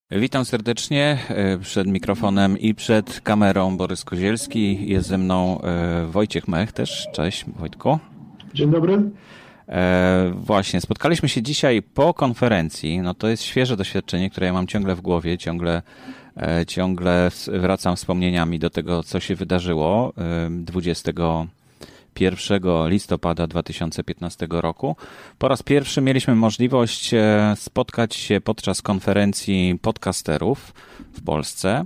Witam serdecznie przed mikrofonem i przed kamerą Borys Kozielski. Jest ze mną Wojciech Mech też. Cześć Wojtku. Dzień dobry. Właśnie, spotkaliśmy się dzisiaj po konferencji. No to jest świeże doświadczenie, które ja mam ciągle w głowie. Ciągle wracam wspomnieniami do tego, co się wydarzyło 21 listopada 2015 roku. Po raz pierwszy mieliśmy możliwość spotkać się podczas konferencji podcasterów w Polsce.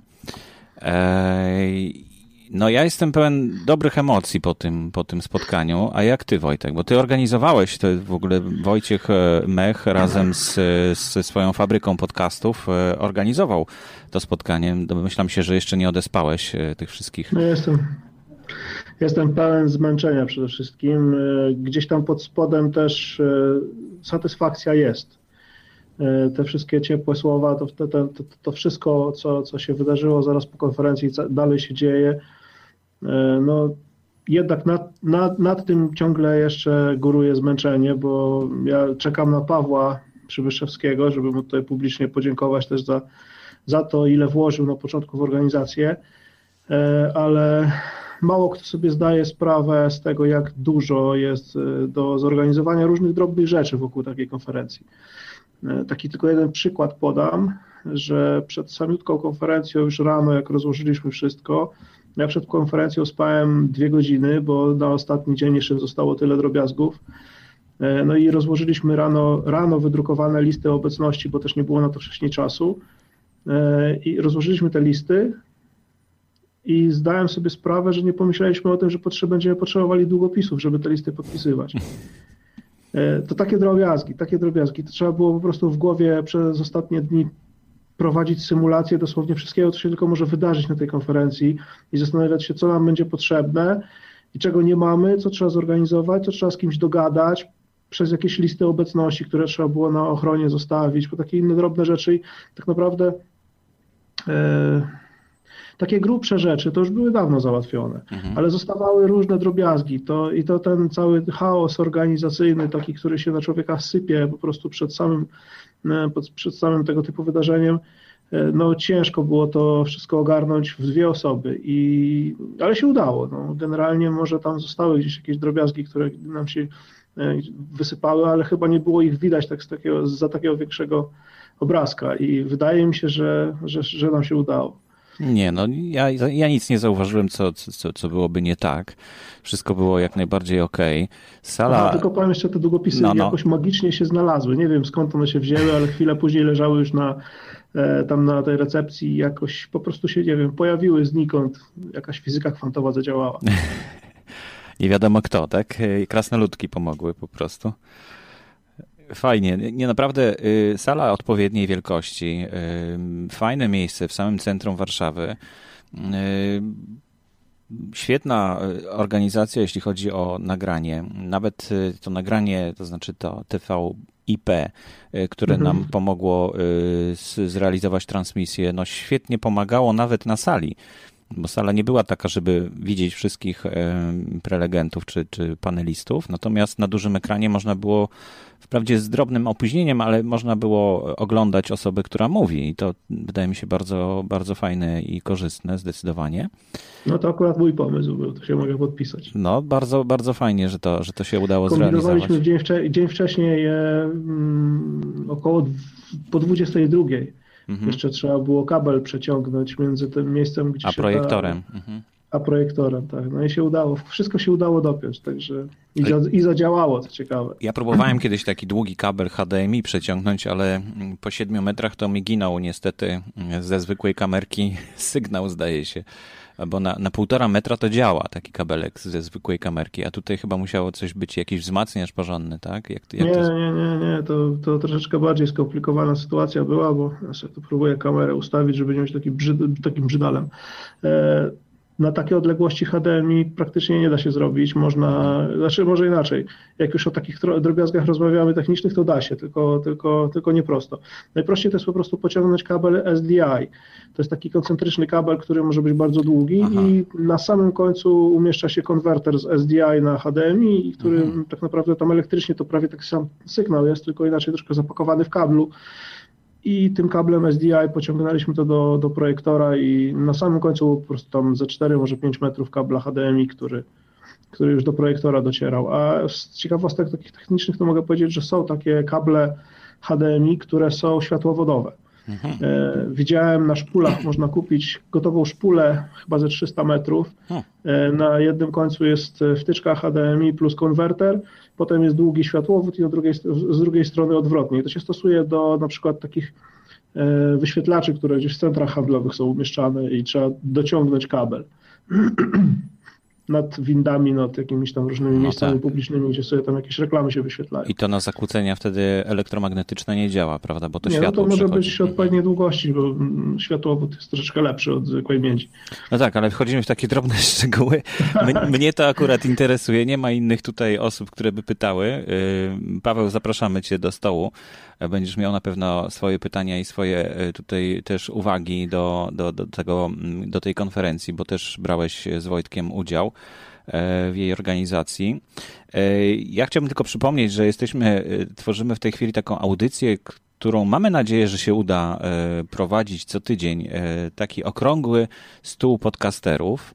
No ja jestem pełen dobrych emocji po tym spotkaniu. A jak ty, Wojtek? Bo ty organizowałeś to w ogóle, Wojciech Mech razem ze swoją fabryką podcastów organizował to spotkanie. Domyślam się, że jeszcze nie odespałeś tych wszystkich. No jestem pełen zmęczenia przede wszystkim. Gdzieś tam pod spodem też satysfakcja jest. Te wszystkie ciepłe słowa, to wszystko, co się wydarzyło zaraz po konferencji, dalej się dzieje. No, jednak nad tym ciągle jeszcze góruje zmęczenie, bo ja czekam na Pawła Przybyszewskiego, żeby mu tutaj publicznie podziękować też za to, ile włożył na początku w organizację, ale mało kto sobie zdaje sprawę z tego, jak dużo jest do zorganizowania różnych drobnych rzeczy wokół takiej konferencji. Taki tylko jeden przykład podam, że przed samiutką konferencją już rano, jak rozłożyliśmy wszystko, ja przed konferencją spałem 2 godziny, bo na ostatni dzień jeszcze zostało tyle drobiazgów. No i rozłożyliśmy rano wydrukowane listy obecności, bo też nie było na to wcześniej czasu. I rozłożyliśmy te listy i zdałem sobie sprawę, że nie pomyśleliśmy o tym, że będziemy potrzebowali długopisów, żeby te listy podpisywać. To takie drobiazgi. To trzeba było po prostu w głowie przez ostatnie dni prowadzić symulację dosłownie wszystkiego, co się tylko może wydarzyć na tej konferencji i zastanawiać się, co nam będzie potrzebne i czego nie mamy, co trzeba zorganizować, co trzeba z kimś dogadać, przez jakieś listy obecności, które trzeba było na ochronie zostawić, po takie inne drobne rzeczy. I tak naprawdę takie grubsze rzeczy to już były dawno załatwione, ale zostawały różne drobiazgi. To ten cały chaos organizacyjny, taki, który się na człowieka sypie po prostu przed samym tego typu wydarzeniem, no ciężko było to wszystko ogarnąć w 2 osoby, ale się udało. No, generalnie może tam zostały gdzieś jakieś drobiazgi, które nam się wysypały, ale chyba nie było ich widać tak za takiego większego obrazka i wydaje mi się, że nam się udało. Nie, no ja nic nie zauważyłem, co byłoby nie tak. Wszystko było jak najbardziej okej. Sala... tylko powiem jeszcze, te długopisy jakoś magicznie się znalazły. Nie wiem, skąd one się wzięły, ale chwilę później leżały już tam na tej recepcji i jakoś po prostu się, nie wiem, pojawiły znikąd. Jakaś fizyka kwantowa zadziałała. Nie wiadomo kto, tak? Krasnoludki pomogły po prostu. Fajnie. Nie, naprawdę sala odpowiedniej wielkości, fajne miejsce w samym centrum Warszawy. Świetna organizacja, jeśli chodzi o nagranie. Nawet to nagranie, to znaczy to TVIP, które nam pomogło zrealizować transmisję, no świetnie pomagało nawet na sali. Bo sala nie była taka, żeby widzieć wszystkich prelegentów czy panelistów, natomiast na dużym ekranie można było, wprawdzie z drobnym opóźnieniem, ale można było oglądać osobę, która mówi i to wydaje mi się bardzo, bardzo fajne i korzystne zdecydowanie. No to akurat mój pomysł był, to się mogę podpisać. No bardzo, bardzo fajnie, że to się udało zrealizować. Kombinowaliśmy dzień wcześniej około po 22. Jeszcze trzeba było kabel przeciągnąć między tym miejscem, gdzie projektorem. A projektorem, tak. No i się udało. Wszystko się udało dopiąć, także i zadziałało, co ciekawe. Ja próbowałem kiedyś taki długi kabel HDMI przeciągnąć, ale po 7 metrach to mi ginął niestety ze zwykłej kamerki sygnał, zdaje się. Bo na 1,5 metra to działa taki kabelek ze zwykłej kamerki, a tutaj chyba musiało coś być, jakiś wzmacniacz porządny, tak? Nie, to troszeczkę bardziej skomplikowana sytuacja była, bo ja sobie tu próbuję kamerę ustawić, żeby nie być takim brzydalem. Na takie odległości HDMI praktycznie nie da się zrobić, może inaczej. Jak już o takich drobiazgach rozmawiamy technicznych, to da się, tylko nie prosto. Najprościej to jest po prostu pociągnąć kabel SDI. To jest taki koncentryczny kabel, który może być bardzo długi i na samym końcu umieszcza się konwerter z SDI na HDMI, który tak naprawdę tam elektrycznie to prawie taki sam sygnał jest, tylko inaczej troszkę zapakowany w kablu. i tym kablem SDI pociągnęliśmy to do projektora i na samym końcu po prostu tam ze 4, może 5 metrów kabla HDMI, który już do projektora docierał. A z ciekawostek takich technicznych to mogę powiedzieć, że są takie kable HDMI, które są światłowodowe. Widziałem na szpulach, można kupić gotową szpulę chyba ze 300 metrów. Na jednym końcu jest wtyczka HDMI plus konwerter, potem jest długi światłowód i z drugiej strony odwrotnie. I to się stosuje do na przykład takich wyświetlaczy, które gdzieś w centrach handlowych są umieszczane i trzeba dociągnąć kabel nad windami, nad jakimiś tam różnymi miejscami publicznymi, gdzie sobie tam jakieś reklamy się wyświetlają. I to na zakłócenia wtedy elektromagnetyczne nie działa, prawda? Bo to nie, światło no to może przechodzi. być odpowiedniej długości, bo światłowód jest troszeczkę lepszy od zwykłej miedzi. No tak, ale wchodzimy w takie drobne szczegóły. Mnie to akurat interesuje. Nie ma innych tutaj osób, które by pytały. Paweł, zapraszamy cię do stołu. Będziesz miał na pewno swoje pytania i swoje tutaj też uwagi do tej konferencji, bo też brałeś z Wojtkiem udział w jej organizacji. Ja chciałbym tylko przypomnieć, że tworzymy w tej chwili taką audycję, którą mamy nadzieję, że się uda prowadzić co tydzień. Taki okrągły stół podcasterów.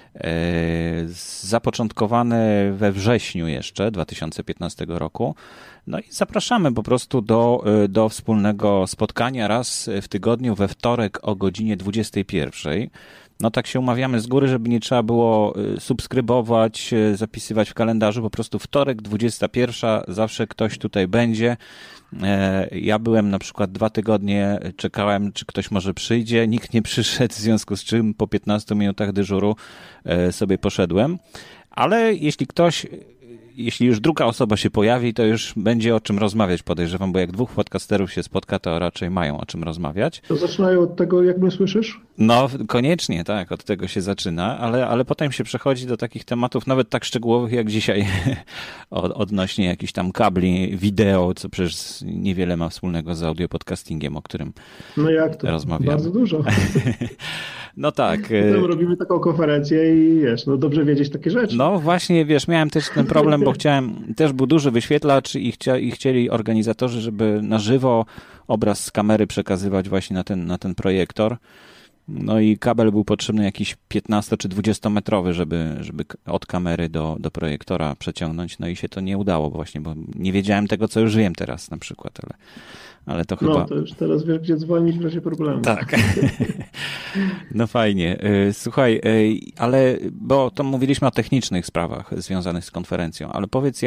Zapoczątkowany we wrześniu jeszcze 2015 roku. No i zapraszamy po prostu do wspólnego spotkania raz w tygodniu, we wtorek o godzinie 21. No tak się umawiamy z góry, żeby nie trzeba było subskrybować, zapisywać w kalendarzu, po prostu wtorek 21, zawsze ktoś tutaj będzie. Ja byłem na przykład 2 tygodnie, czekałem, czy ktoś może przyjdzie, nikt nie przyszedł, w związku z czym po 15 minutach dyżuru sobie poszedłem, ale jeśli już druga osoba się pojawi, to już będzie o czym rozmawiać, podejrzewam, bo jak 2 podcasterów się spotka, to raczej mają o czym rozmawiać. To zaczynają od tego, jak mnie słyszysz? No, koniecznie, tak, od tego się zaczyna, ale potem się przechodzi do takich tematów, nawet tak szczegółowych jak dzisiaj, odnośnie jakichś tam kabli, wideo, co przecież niewiele ma wspólnego z audiopodcastingiem, o którym rozmawiamy. Bardzo dużo. No tak. Potem robimy taką konferencję i dobrze wiedzieć takie rzeczy. No właśnie, miałem też ten problem, bo też był duży wyświetlacz i chcieli organizatorzy, żeby na żywo obraz z kamery przekazywać właśnie na ten projektor. No i kabel był potrzebny jakiś 15 czy 20 metrowy, żeby od kamery do projektora przeciągnąć. No i się to nie udało, bo nie wiedziałem tego, co już wiem teraz na przykład, ale to chyba... No, to już teraz wiesz, gdzie dzwonić w razie problemu. Tak. No fajnie. Słuchaj, ale bo to mówiliśmy o technicznych sprawach związanych z konferencją, ale powiedz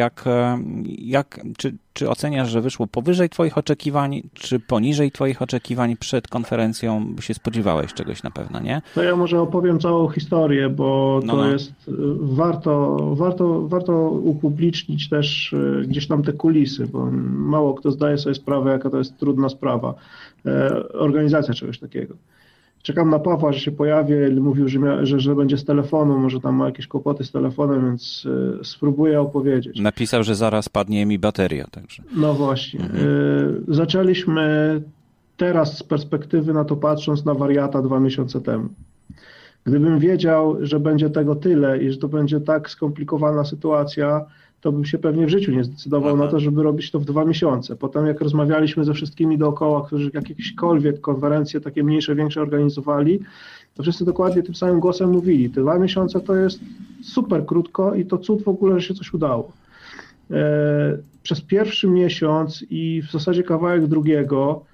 czy oceniasz, że wyszło powyżej twoich oczekiwań, czy poniżej twoich oczekiwań przed konferencją? Bo się spodziewałeś czegoś na pewno, nie? No ja może opowiem całą historię, bo jest warto upublicznić też gdzieś tam te kulisy, bo mało kto zdaje sobie sprawę, jaka to jest trudna sprawa, organizacja czegoś takiego. Czekam na Pawła, że się pojawi, mówił, że będzie z telefonu, może tam ma jakieś kłopoty z telefonem, więc spróbuję opowiedzieć. Napisał, że zaraz padnie mi bateria, także. No właśnie. Zaczęliśmy teraz z perspektywy na to patrząc na wariata 2 miesiące temu. Gdybym wiedział, że będzie tego tyle i że to będzie tak skomplikowana sytuacja, to bym się pewnie w życiu nie zdecydował na to, żeby robić to w 2 miesiące. Potem jak rozmawialiśmy ze wszystkimi dookoła, którzy jakiekolwiek konferencje takie mniejsze, większe organizowali, to wszyscy dokładnie tym samym głosem mówili. Te 2 miesiące to jest super krótko i to cud w ogóle, że się coś udało. Przez pierwszy miesiąc i w zasadzie kawałek drugiego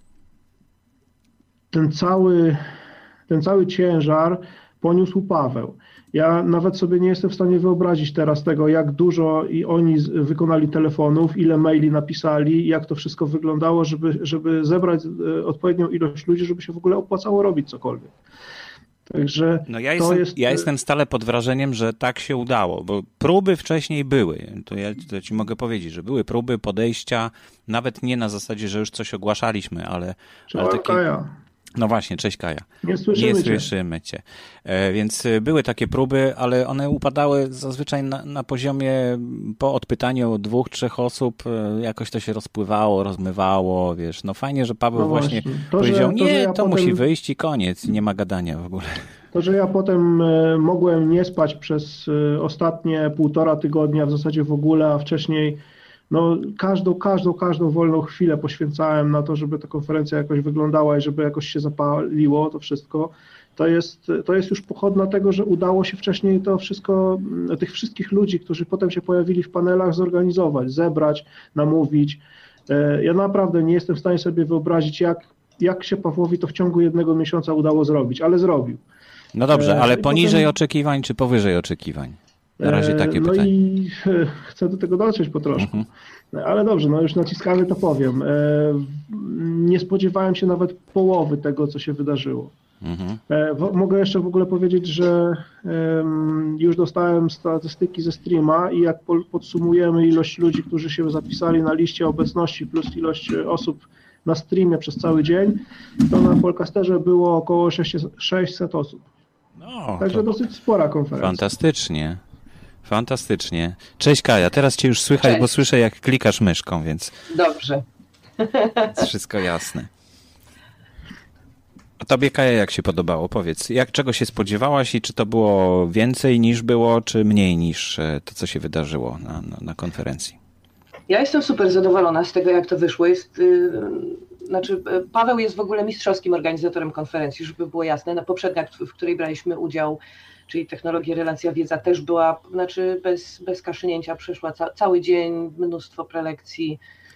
ten cały ciężar poniósł Paweł. Ja nawet sobie nie jestem w stanie wyobrazić teraz tego, jak dużo i oni wykonali telefonów, ile maili napisali, jak to wszystko wyglądało, żeby zebrać odpowiednią ilość ludzi, żeby się w ogóle opłacało robić cokolwiek. Także ja jestem stale pod wrażeniem, że tak się udało, bo próby wcześniej były. To ci mogę powiedzieć, że były próby podejścia, nawet nie na zasadzie, że już coś ogłaszaliśmy, ale takie... No właśnie, cześć Kaja. Nie słyszymy cię. Więc były takie próby, ale one upadały zazwyczaj na poziomie po odpytaniu 2-3 osób, jakoś to się rozpływało, rozmywało, wiesz. No fajnie, że Paweł właśnie powiedział, musi wyjść i koniec, nie ma gadania w ogóle. To, że ja potem mogłem nie spać przez ostatnie 1,5 tygodnia w zasadzie w ogóle, a wcześniej no każdą wolną chwilę poświęcałem na to, żeby ta konferencja jakoś wyglądała i żeby jakoś się zapaliło to wszystko. To jest już pochodna tego, że udało się wcześniej to wszystko, tych wszystkich ludzi, którzy potem się pojawili w panelach, zorganizować, zebrać, namówić. Ja naprawdę nie jestem w stanie sobie wyobrazić, jak się Pawłowi to w ciągu 1 miesiąca udało zrobić, ale zrobił. No dobrze, ale poniżej oczekiwań czy powyżej oczekiwań? Na razie takie pytanie. No i chcę do tego dotrzeć po troszkę. Ale dobrze, no już naciskamy, to powiem. Nie spodziewałem się nawet połowy tego, co się wydarzyło. Mogę jeszcze w ogóle powiedzieć, że już dostałem statystyki ze streama i jak podsumujemy ilość ludzi, którzy się zapisali na liście obecności plus ilość osób na streamie przez cały dzień, to na Polcasterze było około 600 osób. No, także dosyć spora konferencja. Fantastycznie. Cześć Kaja, teraz cię już słychać, Cześć. Bo słyszę jak klikasz myszką, więc... Dobrze. Jest wszystko jasne. A tobie Kaja jak się podobało? Powiedz, czego się spodziewałaś i czy to było więcej niż było, czy mniej niż to, co się wydarzyło na konferencji? Ja jestem super zadowolona z tego, jak to wyszło. Paweł jest w ogóle mistrzowskim organizatorem konferencji, żeby było jasne. Na poprzedniej, w której braliśmy udział, czyli technologia, relacja, wiedza, też była, bez kaszylnięcia przeszła cały dzień, mnóstwo prelekcji,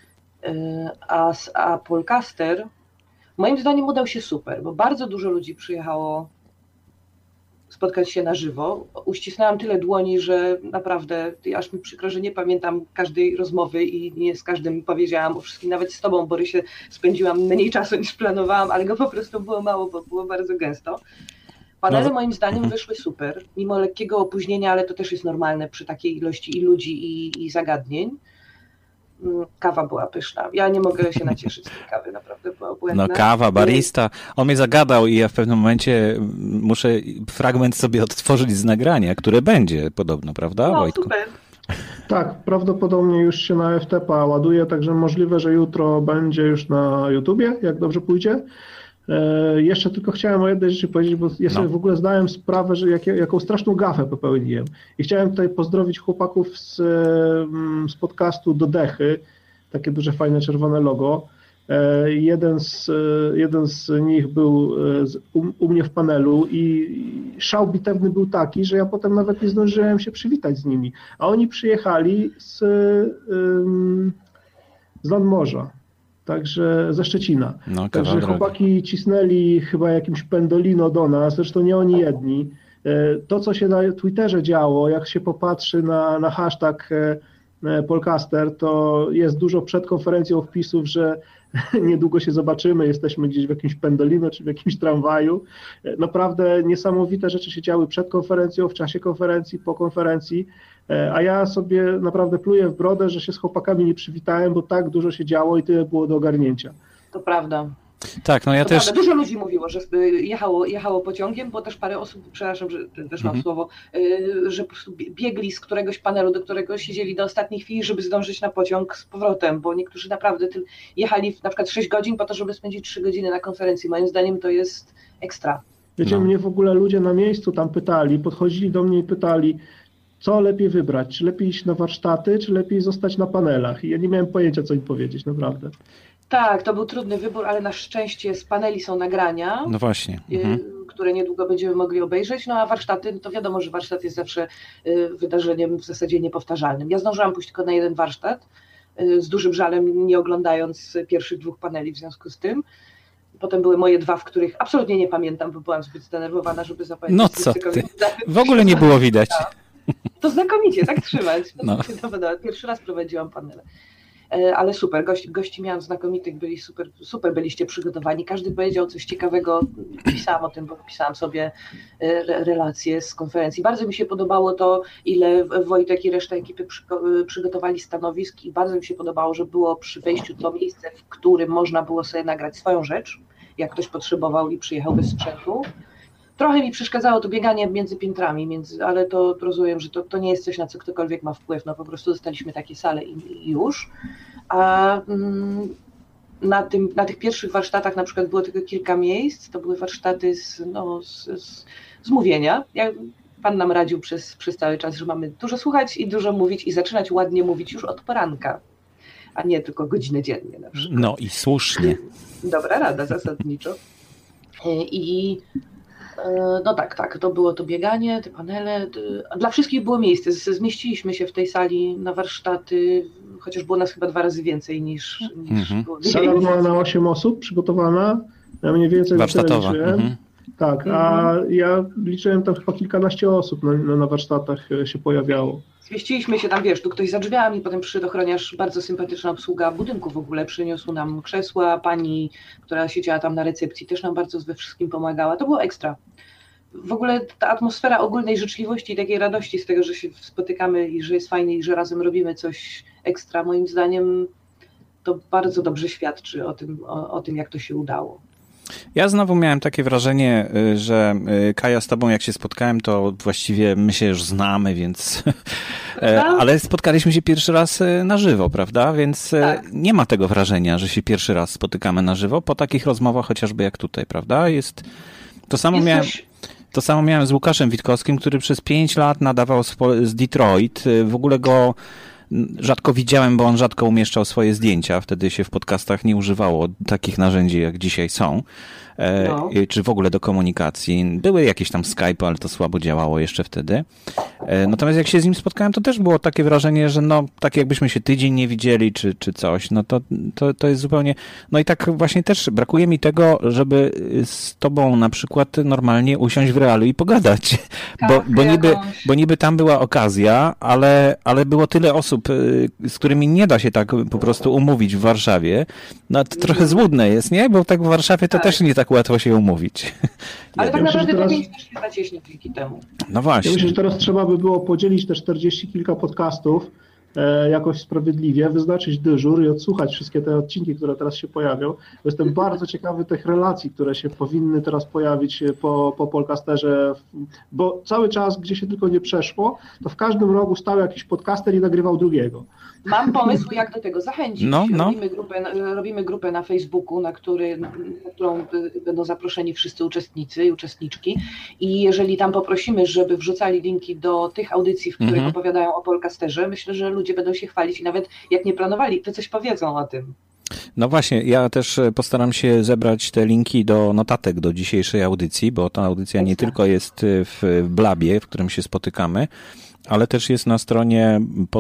a Polcaster moim zdaniem udał się super, bo bardzo dużo ludzi przyjechało spotkać się na żywo. Uścisnęłam tyle dłoni, że naprawdę aż mi przykro, że nie pamiętam każdej rozmowy i nie z każdym powiedziałam o wszystkim, nawet z tobą, Borysie, spędziłam mniej czasu niż planowałam, ale go po prostu było mało, bo było bardzo gęsto. Panele moim zdaniem wyszły super, mimo lekkiego opóźnienia, ale to też jest normalne przy takiej ilości i ludzi i zagadnień. Kawa była pyszna. Ja nie mogę się nacieszyć z tej kawy, naprawdę była błędna. No kawa, barista. On mnie zagadał i ja w pewnym momencie muszę fragment sobie odtworzyć z nagrania, które będzie podobno, prawda, Wojtku? Super. Tak, prawdopodobnie już się na FTP ładuje, także możliwe, że jutro będzie już na YouTubie, jak dobrze pójdzie. Jeszcze tylko chciałem o jednej rzeczy powiedzieć, bo ja sobie w ogóle zdałem sprawę, że jaką straszną gafę popełniłem. I chciałem tutaj pozdrowić chłopaków z podcastu Dodechy, takie duże, fajne, czerwone logo. Jeden z nich był u mnie w panelu i szał bitewny był taki, że ja potem nawet nie zdążyłem się przywitać z nimi. A oni przyjechali z nadmorza. Także ze Szczecina. Także chłopaki cisnęli chyba jakimś pendolino do nas, zresztą nie oni jedni. To, co się na Twitterze działo, jak się popatrzy na hashtag Polcaster, to jest dużo przed konferencją wpisów, że niedługo się zobaczymy, jesteśmy gdzieś w jakimś pendolino czy w jakimś tramwaju. Naprawdę niesamowite rzeczy się działy przed konferencją, w czasie konferencji, po konferencji, a ja sobie naprawdę pluję w brodę, że się z chłopakami nie przywitałem, bo tak dużo się działo i tyle było do ogarnięcia. To prawda. Tak, no ja też... Dużo ludzi mówiło, że jechało pociągiem, bo też parę osób, przepraszam, że też mam słowo, że po prostu biegli z któregoś panelu, do którego siedzieli do ostatniej chwili, żeby zdążyć na pociąg z powrotem, bo niektórzy naprawdę jechali na przykład 6 godzin po to, żeby spędzić 3 godziny na konferencji. Moim zdaniem to jest ekstra. Wiecie, mnie w ogóle ludzie na miejscu tam pytali, podchodzili do mnie i pytali, co lepiej wybrać, czy lepiej iść na warsztaty, czy lepiej zostać na panelach. I ja nie miałem pojęcia, co im powiedzieć, naprawdę. Tak, to był trudny wybór, ale na szczęście z paneli są nagrania, no właśnie. Które niedługo będziemy mogli obejrzeć, no a warsztaty, no to wiadomo, że warsztat jest zawsze wydarzeniem w zasadzie niepowtarzalnym. Ja zdążyłam pójść tylko na jeden warsztat, z dużym żalem, nie oglądając pierwszych 2 paneli w związku z tym. Potem były moje 2, w których absolutnie nie pamiętam, bo byłam zbyt zdenerwowana, żeby zapamiętać. No co ty, w ogóle nie było widać. To znakomicie, tak trzymać. No. Pierwszy raz prowadziłam panele. Ale super, gości miałam znakomitych, byli super byliście przygotowani, każdy powiedział coś ciekawego, pisałam o tym, bo pisałam sobie relacje z konferencji. Bardzo mi się podobało to, ile Wojtek i reszta ekipy przygotowali stanowisk i bardzo mi się podobało, że było przy wejściu to miejsce, w którym można było sobie nagrać swoją rzecz, jak ktoś potrzebował i przyjechał bez sprzętu. Trochę mi przeszkadzało to bieganie między piętrami, ale to rozumiem, że to nie jest coś, na co ktokolwiek ma wpływ. No po prostu dostaliśmy takie sale i już. A na tych pierwszych warsztatach na przykład było tylko kilka miejsc. To były warsztaty z mówienia. Pan nam radził przez cały czas, że mamy dużo słuchać i dużo mówić i zaczynać ładnie mówić już od poranka. a nie tylko godzinę dziennie na przykład. No i słusznie. Dobra rada, zasadniczo. I no tak, to było to bieganie, te panele. Dla wszystkich było miejsce. Zmieściliśmy się w tej sali na warsztaty, chociaż było nas chyba 2 razy więcej niż było. Sala była na 8 osób przygotowana, ja mniej więcej warsztatowa. Tak, a ja liczyłem tam chyba kilkanaście osób na warsztatach się pojawiało. Zmieściliśmy się tam, wiesz, tu ktoś za drzwiami, potem przyszedł ochroniarz, bardzo sympatyczna obsługa budynku w ogóle, przyniósł nam krzesła, pani, która siedziała tam na recepcji, też nam bardzo we wszystkim pomagała, to było ekstra. W ogóle ta atmosfera ogólnej życzliwości i takiej radości z tego, że się spotykamy i że jest fajnie i że razem robimy coś ekstra, moim zdaniem to bardzo dobrze świadczy o tym, jak to się udało. Ja znowu miałem takie wrażenie, że Kaja, z tobą jak się spotkałem, to właściwie my się już znamy, więc... Ale spotkaliśmy się pierwszy raz na żywo, prawda? Więc nie ma tego wrażenia, że się pierwszy raz spotykamy na żywo, po takich rozmowach chociażby jak tutaj, prawda? To samo miałem z Łukaszem Witkowskim, który przez 5 lat nadawał z Detroit. W ogóle go rzadko widziałem, bo on rzadko umieszczał swoje zdjęcia. Wtedy się w podcastach nie używało takich narzędzi, jak dzisiaj są. Czy w ogóle do komunikacji. Były jakieś tam Skype, ale to słabo działało jeszcze wtedy. Natomiast jak się z nim spotkałem, to też było takie wrażenie, że no, tak jakbyśmy się tydzień nie widzieli, czy coś. No to jest zupełnie... No i tak właśnie też brakuje mi tego, żeby z tobą na przykład normalnie usiąść w realu i pogadać. Bo niby tam była okazja, ale było tyle osób, z którymi nie da się tak po prostu umówić w Warszawie. No to trochę złudne jest, nie? Bo tak w Warszawie to też nie tak łatwo się umówić. Ale tak naprawdę teraz... też się zacieśni dzięki temu. No właśnie. Ja myślę, że teraz trzeba by było podzielić te 40 kilka podcastów jakoś sprawiedliwie, wyznaczyć dyżur i odsłuchać wszystkie te odcinki, które teraz się pojawią. Jestem bardzo ciekawy tych relacji, które się powinny teraz pojawić po Polcasterze, bo cały czas, gdzie się tylko nie przeszło, to w każdym rogu stał jakiś podcaster i nagrywał drugiego. Mam pomysł, jak do tego zachęcić. Robimy grupę na Facebooku, na którą będą zaproszeni wszyscy uczestnicy i uczestniczki i jeżeli tam poprosimy, żeby wrzucali linki do tych audycji, w których opowiadają o Polcasterze, myślę, że ludzie będą się chwalić i nawet jak nie planowali, to coś powiedzą o tym. No właśnie, ja też postaram się zebrać te linki do notatek do dzisiejszej audycji, bo ta audycja nie tylko jest w Blabie, w którym się spotykamy, ale też jest na stronie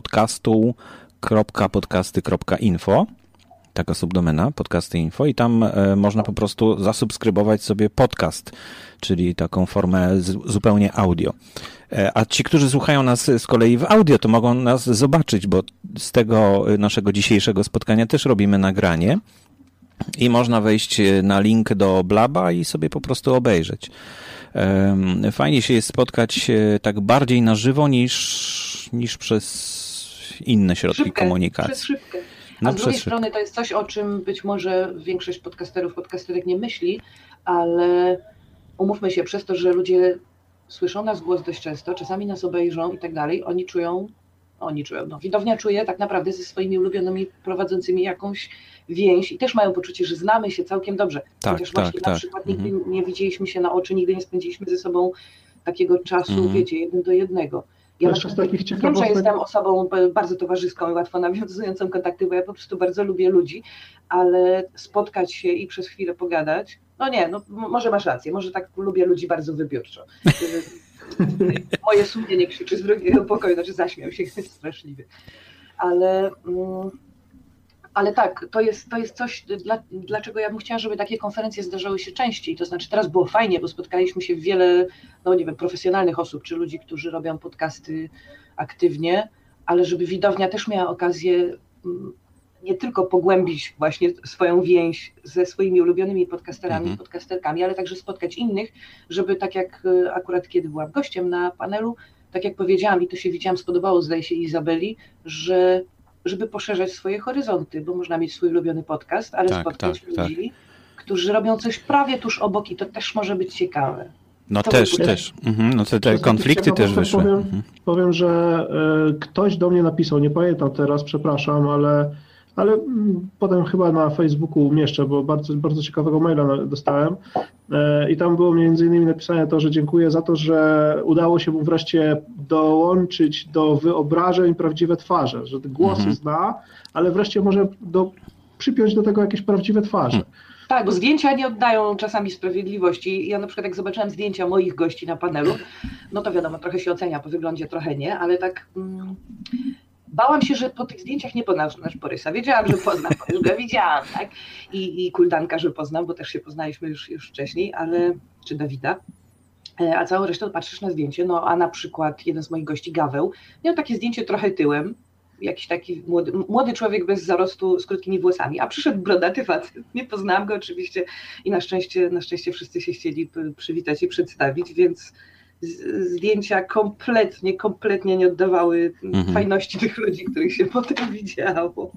podcastu.podcasty.info, taka subdomena, podcasty.info i tam można po prostu zasubskrybować sobie podcast, czyli taką formę zupełnie audio. A ci, którzy słuchają nas z kolei w audio, to mogą nas zobaczyć, bo z tego naszego dzisiejszego spotkania też robimy nagranie i można wejść na link do Blaba i sobie po prostu obejrzeć. Fajnie się jest spotkać tak bardziej na żywo niż przez inne środki komunikacji. Przez szybkę. A z drugiej strony to jest coś, o czym być może większość podcasterek nie myśli, ale umówmy się, przez to, że ludzie słyszą nasz głos dość często, czasami nas obejrzą i tak dalej, oni czują, widownia czuje tak naprawdę ze swoimi ulubionymi prowadzącymi jakąś więź i też mają poczucie, że znamy się całkiem dobrze. Chociaż właśnie na przykład nigdy nie widzieliśmy się na oczy, nigdy nie spędziliśmy ze sobą takiego czasu, wiecie, 1 do 1. Ja wiem, że jestem osobą bardzo towarzyską i łatwo nawiązującą kontakty, bo ja po prostu bardzo lubię ludzi, ale spotkać się i przez chwilę pogadać, może masz rację, może tak lubię ludzi bardzo wybiórczo. Moje sumienie krzyczy z drugiego pokoju, znaczy zaśmiał się, jest straszliwy. Ale tak, to jest coś, dlaczego ja bym chciała, żeby takie konferencje zdarzały się częściej. To znaczy teraz było fajnie, bo spotkaliśmy się wiele, profesjonalnych osób, czy ludzi, którzy robią podcasty aktywnie, ale żeby widownia też miała okazję nie tylko pogłębić właśnie swoją więź ze swoimi ulubionymi podcasterami, podcasterkami, ale także spotkać innych, żeby tak jak akurat kiedy byłam gościem na panelu, tak jak powiedziałam i to się spodobało, zdaje się Izabeli, żeby poszerzać swoje horyzonty, bo można mieć swój ulubiony podcast, ale spotkać ludzi, którzy robią coś prawie tuż obok i to też może być ciekawe. No to też. No te konflikty też wyszły. Powiem, że ktoś do mnie napisał, nie pamiętam teraz, przepraszam, ale ale potem chyba na Facebooku umieszczę, bo bardzo, bardzo ciekawego maila dostałem i tam było między innymi napisane to, że dziękuję za to, że udało się mu wreszcie dołączyć do wyobrażeń prawdziwe twarze, że te głosy zna, ale wreszcie może przypiąć do tego jakieś prawdziwe twarze. Tak, bo zdjęcia nie oddają czasami sprawiedliwości. Ja na przykład jak zobaczyłam zdjęcia moich gości na panelu, no to wiadomo, trochę się ocenia po wyglądzie, trochę nie, ale tak bałam się, że po tych zdjęciach nie poznasz Borysa. Wiedziałam, że poznam, bo już go widziałam, tak? I Kuldanka, że poznam, bo też się poznaliśmy już wcześniej, czy Dawida. A całą resztę patrzysz na zdjęcie, no a na przykład jeden z moich gości, Gaweł, miał takie zdjęcie trochę tyłem, jakiś taki młody człowiek bez zarostu z krótkimi włosami, a przyszedł brodaty facet. Nie poznałam go oczywiście i na szczęście wszyscy się chcieli przywitać i przedstawić, więc zdjęcia kompletnie nie oddawały fajności tych ludzi, których się potem widziało.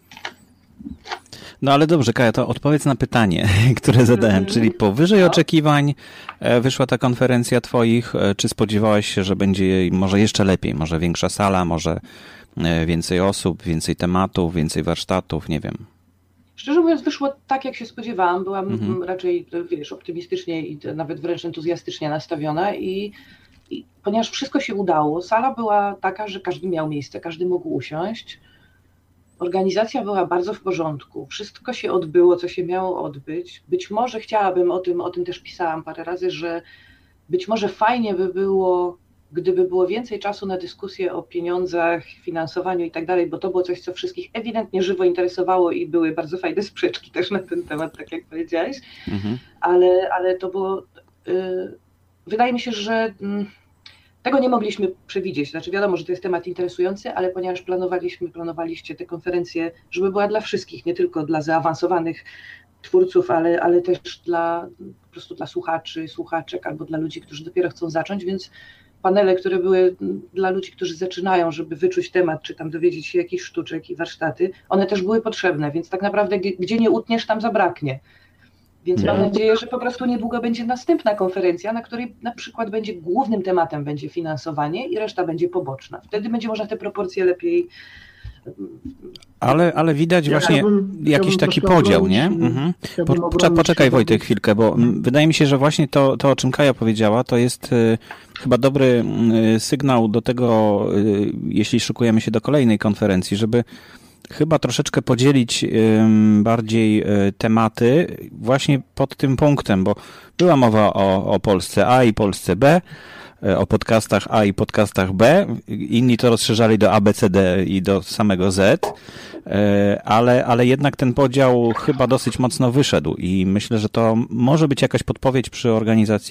No ale dobrze, Kaja, to odpowiedz na pytanie, które zadałem, czyli powyżej oczekiwań wyszła ta konferencja twoich, czy spodziewałaś się, że będzie może jeszcze lepiej, może większa sala, może więcej osób, więcej tematów, więcej warsztatów, nie wiem. Szczerze mówiąc, wyszło tak, jak się spodziewałam. Byłam raczej, optymistycznie i nawet wręcz entuzjastycznie nastawiona i ponieważ wszystko się udało, sala była taka, że każdy miał miejsce, każdy mógł usiąść. Organizacja była bardzo w porządku. Wszystko się odbyło, co się miało odbyć. Być może chciałabym, o tym też pisałam parę razy, że być może fajnie by było, gdyby było więcej czasu na dyskusję o pieniądzach, finansowaniu i tak dalej, bo to było coś, co wszystkich ewidentnie żywo interesowało i były bardzo fajne sprzeczki też na ten temat, tak jak powiedziałeś, ale to było, wydaje mi się, że tego nie mogliśmy przewidzieć. Znaczy wiadomo, że to jest temat interesujący, ale ponieważ planowaliście tę konferencję, żeby była dla wszystkich, nie tylko dla zaawansowanych twórców, ale też po prostu dla słuchaczy, słuchaczek albo dla ludzi, którzy dopiero chcą zacząć, więc panele, które były dla ludzi, którzy zaczynają, żeby wyczuć temat, czy tam dowiedzieć się jakichś sztuczek i warsztaty, one też były potrzebne, więc tak naprawdę gdzie nie utniesz, tam zabraknie. Więc mam nadzieję, że po prostu niedługo będzie następna konferencja, na której na przykład głównym tematem będzie finansowanie i reszta będzie poboczna. Wtedy będzie można te proporcje lepiej... Ale widać właśnie jakiś taki podział, nie? Poczekaj Wojtek chwilkę, bo wydaje mi się, że właśnie to, o czym Kaja powiedziała, to jest chyba dobry sygnał do tego, jeśli szykujemy się do kolejnej konferencji, żeby chyba troszeczkę podzielić bardziej tematy właśnie pod tym punktem, bo była mowa o Polsce A i Polsce B, o podcastach A i podcastach B, inni to rozszerzali do A, B, C, D i do samego Z, ale jednak ten podział chyba dosyć mocno wyszedł i myślę, że to może być jakaś podpowiedź przy organizacji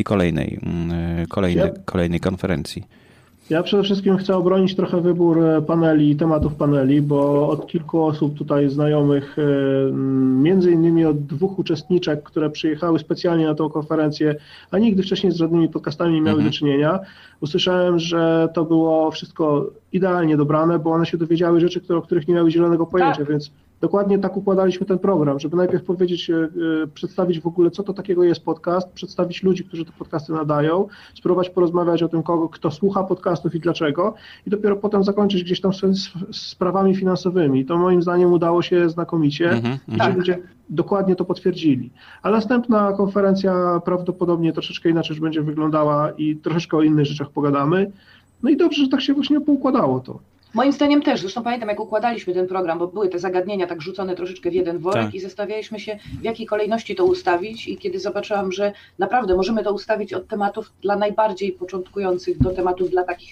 kolejnej konferencji. Ja przede wszystkim chcę obronić trochę wybór paneli, tematów paneli, bo od kilku osób tutaj znajomych, między innymi od 2 uczestniczek, które przyjechały specjalnie na tę konferencję, a nigdy wcześniej z żadnymi podcastami nie miały do czynienia, usłyszałem, że to było wszystko idealnie dobrane, bo one się dowiedziały rzeczy, o których nie miały zielonego pojęcia, więc dokładnie tak układaliśmy ten program, żeby najpierw powiedzieć, przedstawić w ogóle, co to takiego jest podcast, przedstawić ludzi, którzy te podcasty nadają, spróbować porozmawiać o tym, kto słucha podcastów i dlaczego i dopiero potem zakończyć gdzieś tam z sprawami finansowymi. To moim zdaniem udało się znakomicie, że ludzie dokładnie to potwierdzili. A następna konferencja prawdopodobnie troszeczkę inaczej już będzie wyglądała i troszeczkę o innych rzeczach pogadamy. No i dobrze, że tak się właśnie poukładało to. Moim zdaniem też, zresztą pamiętam jak układaliśmy ten program, bo były te zagadnienia tak rzucone troszeczkę w jeden worek i zastanawialiśmy się w jakiej kolejności to ustawić i kiedy zobaczyłam, że naprawdę możemy to ustawić od tematów dla najbardziej początkujących do tematów dla takich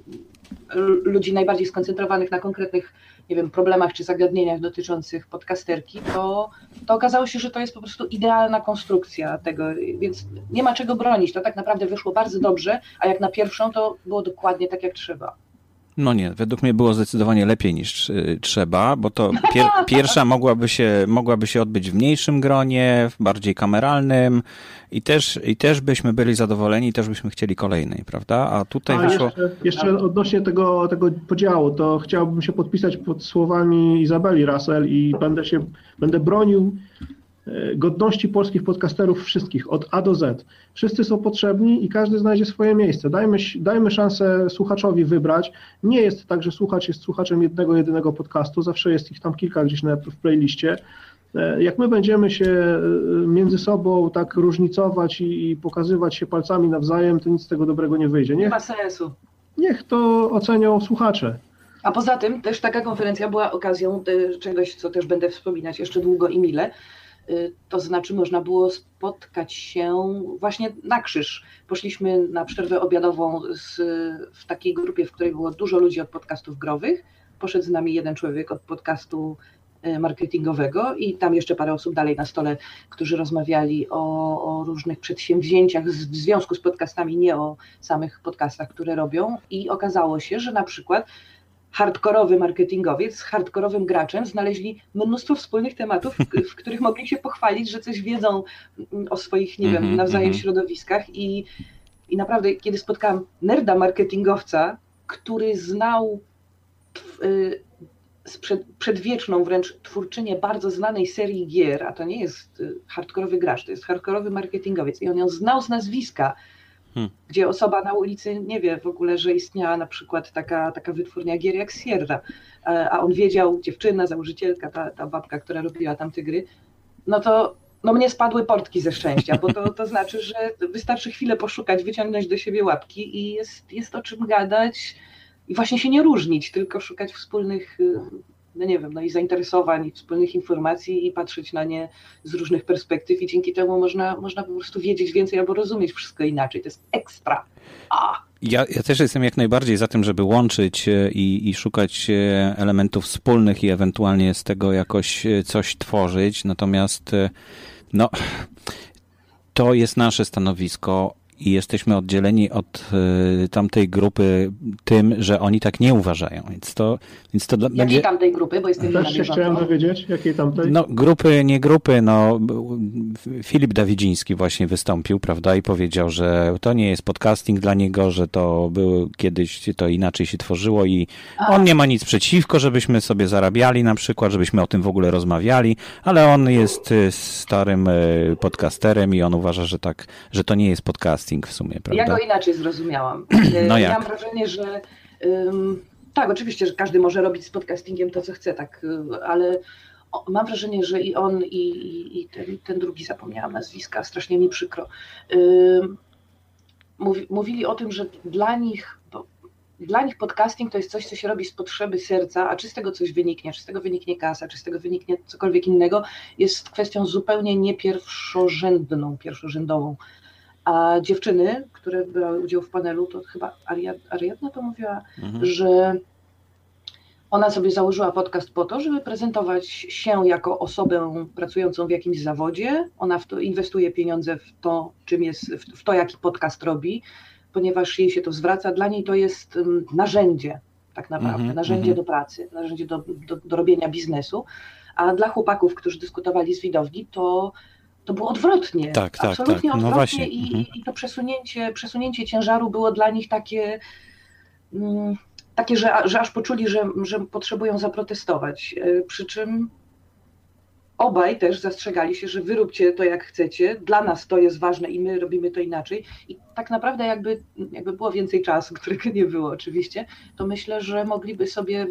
ludzi najbardziej skoncentrowanych na konkretnych, nie wiem, problemach czy zagadnieniach dotyczących podcasterki, to okazało się, że to jest po prostu idealna konstrukcja tego, więc nie ma czego bronić, to tak naprawdę wyszło bardzo dobrze, a jak na pierwszą to było dokładnie tak jak trzeba. No nie, według mnie było zdecydowanie lepiej niż trzeba, bo to pierwsza mogłaby się odbyć w mniejszym gronie, bardziej kameralnym i też byśmy byli zadowoleni, też byśmy chcieli kolejnej, prawda? A tutaj wyszło... Jeszcze odnośnie tego podziału, to chciałbym się podpisać pod słowami Izabeli Russell i będę bronił godności polskich podcasterów wszystkich, od A do Z. Wszyscy są potrzebni i każdy znajdzie swoje miejsce. Dajmy szansę słuchaczowi wybrać. Nie jest tak, że słuchacz jest słuchaczem jedynego podcastu, zawsze jest ich tam kilka gdzieś w playliście. Jak my będziemy się między sobą tak różnicować i pokazywać się palcami nawzajem, to nic z tego dobrego nie wyjdzie. Nie ma sensu. Niech to ocenią słuchacze. A poza tym też taka konferencja była okazją czegoś, co też będę wspominać jeszcze długo i mile. To znaczy można było spotkać się właśnie na krzyż. Poszliśmy na przerwę obiadową w takiej grupie, w której było dużo ludzi od podcastów growych. Poszedł z nami jeden człowiek od podcastu marketingowego i tam jeszcze parę osób dalej na stole, którzy rozmawiali o różnych przedsięwzięciach w związku z podcastami, nie o samych podcastach, które robią. I okazało się, że na przykład hardkorowy marketingowiec z hardkorowym graczem znaleźli mnóstwo wspólnych tematów, w których mogli się pochwalić, że coś wiedzą o swoich, nie wiem, nawzajem środowiskach i naprawdę, kiedy spotkałam nerda marketingowca, który znał przedwieczną wręcz twórczynię bardzo znanej serii gier, a to nie jest hardkorowy gracz, to jest hardkorowy marketingowiec i on ją znał z nazwiska, gdzie osoba na ulicy nie wie w ogóle, że istniała na przykład taka wytwórnia gier jak Sierra, a on wiedział, dziewczyna, założycielka, ta babka, która robiła tamte gry, no mnie spadły portki ze szczęścia, bo to znaczy, że wystarczy chwilę poszukać, wyciągnąć do siebie łapki i jest o czym gadać i właśnie się nie różnić, tylko szukać wspólnych, no nie wiem, no i zainteresowań, i wspólnych informacji i patrzeć na nie z różnych perspektyw i dzięki temu można po prostu wiedzieć więcej albo rozumieć wszystko inaczej. To jest ekstra. Ja też jestem jak najbardziej za tym, żeby łączyć i szukać elementów wspólnych i ewentualnie z tego jakoś coś tworzyć. Natomiast no, to jest nasze stanowisko i jesteśmy oddzieleni od tamtej grupy tym, że oni tak nie uważają. Więc to Jakiej tamtej grupy? Bo jestem też się chciałem dowiedzieć, jakiej tamtej? No grupy, nie grupy, no Filip Dawidziński właśnie wystąpił, prawda, i powiedział, że to nie jest podcasting dla niego, że to było kiedyś, to inaczej się tworzyło i on nie ma nic przeciwko, żebyśmy sobie zarabiali na przykład, żebyśmy o tym w ogóle rozmawiali, ale on jest starym podcasterem i on uważa, że to nie jest podcasting w sumie, prawda? Ja go inaczej zrozumiałam. No jak? Mam wrażenie, że tak, oczywiście, że każdy może robić z podcastingiem to, co chce, tak, ale mam wrażenie, że i on, i ten drugi, zapomniałam nazwiska, strasznie mi przykro, mówili o tym, że dla nich podcasting to jest coś, co się robi z potrzeby serca, a czy z tego coś wyniknie, czy z tego wyniknie kasa, czy z tego wyniknie cokolwiek innego, jest kwestią zupełnie nie pierwszorzędową. A dziewczyny, które brały udział w panelu, to chyba Ariadna to mówiła, że ona sobie założyła podcast po to, żeby prezentować się jako osobę pracującą w jakimś zawodzie. Ona w to inwestuje pieniądze w to, czym jest, w to, jaki podcast robi, ponieważ jej się to zwraca. Dla niej to jest narzędzie, tak naprawdę, narzędzie do pracy, narzędzie do robienia biznesu. A dla chłopaków, którzy dyskutowali z widowni, to było odwrotnie, absolutnie odwrotnie. No właśnie. I to przesunięcie ciężaru było dla nich takie, że aż poczuli, że potrzebują zaprotestować. Przy czym obaj też zastrzegali się, że wy róbcie to jak chcecie, dla nas to jest ważne i my robimy to inaczej. I tak naprawdę jakby było więcej czasu, którego nie było oczywiście, to myślę, że mogliby sobie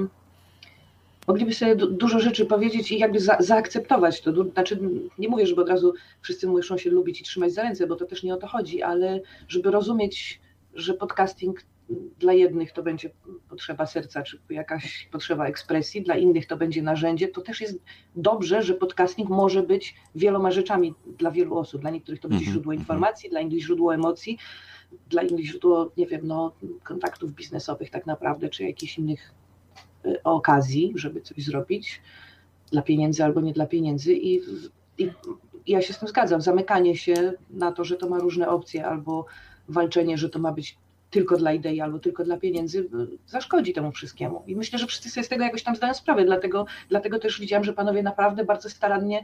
dużo rzeczy powiedzieć i jakby zaakceptować to. Znaczy, nie mówię, żeby od razu wszyscy muszą się lubić i trzymać za ręce, bo to też nie o to chodzi, ale żeby rozumieć, że podcasting dla jednych to będzie potrzeba serca, czy jakaś potrzeba ekspresji, dla innych to będzie narzędzie, to też jest dobrze, że podcasting może być wieloma rzeczami dla wielu osób. Dla niektórych to będzie źródło informacji, dla innych źródło emocji, dla innych źródło, nie wiem, kontaktów biznesowych tak naprawdę, czy jakichś innych okazji, żeby coś zrobić dla pieniędzy albo nie dla pieniędzy i ja się z tym zgadzam. Zamykanie się na to, że to ma różne opcje albo walczenie, że to ma być tylko dla idei albo tylko dla pieniędzy, zaszkodzi temu wszystkiemu. I myślę, że wszyscy sobie z tego jakoś tam zdają sprawę, dlatego też widziałam, że panowie naprawdę bardzo starannie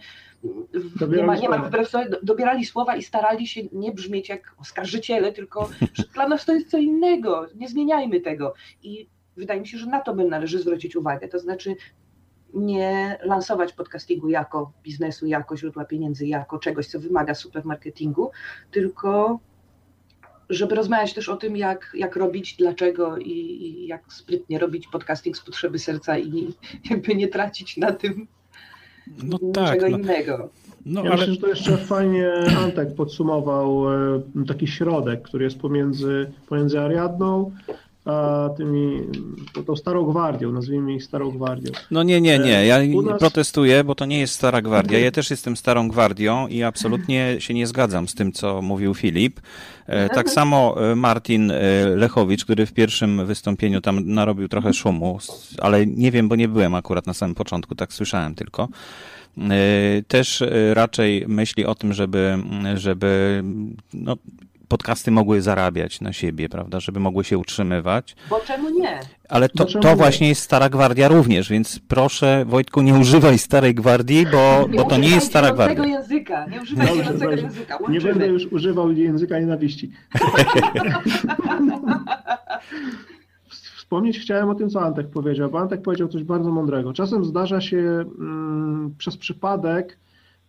dobierali słowa i starali się nie brzmieć jak oskarżyciele, tylko że dla nas to jest co innego, nie zmieniajmy tego. I wydaje mi się, że na to należy zwrócić uwagę, to znaczy nie lansować podcastingu jako biznesu, jako źródła pieniędzy, jako czegoś, co wymaga super marketingu, tylko żeby rozmawiać też o tym, jak robić, dlaczego i jak sprytnie robić podcasting z potrzeby serca i jakby nie tracić na tym niczego innego. Ja myślę, że to jeszcze fajnie Antek podsumował taki środek, który jest pomiędzy Ariadną a tą Starą Gwardią, nazwijmy ich Starą Gwardią. No nie, ja protestuję, bo to nie jest Stara Gwardia. Ja też jestem Starą Gwardią i absolutnie się nie zgadzam z tym, co mówił Filip. Tak samo Martin Lechowicz, który w pierwszym wystąpieniu tam narobił trochę szumu, ale nie wiem, bo nie byłem akurat na samym początku, tak słyszałem tylko. Też raczej myśli o tym, żeby podcasty mogły zarabiać na siebie, prawda, żeby mogły się utrzymywać. Bo czemu nie? Ale to właśnie jest Stara Gwardia również, więc proszę, Wojtku, nie używaj Starej Gwardii, bo to nie jest Stara Gwardia. Nie używaj kierowcego języka. Nie będę już używał języka nienawiści. Wspomnieć chciałem o tym, co Antek powiedział, bo Antek powiedział coś bardzo mądrego. Czasem zdarza się przez przypadek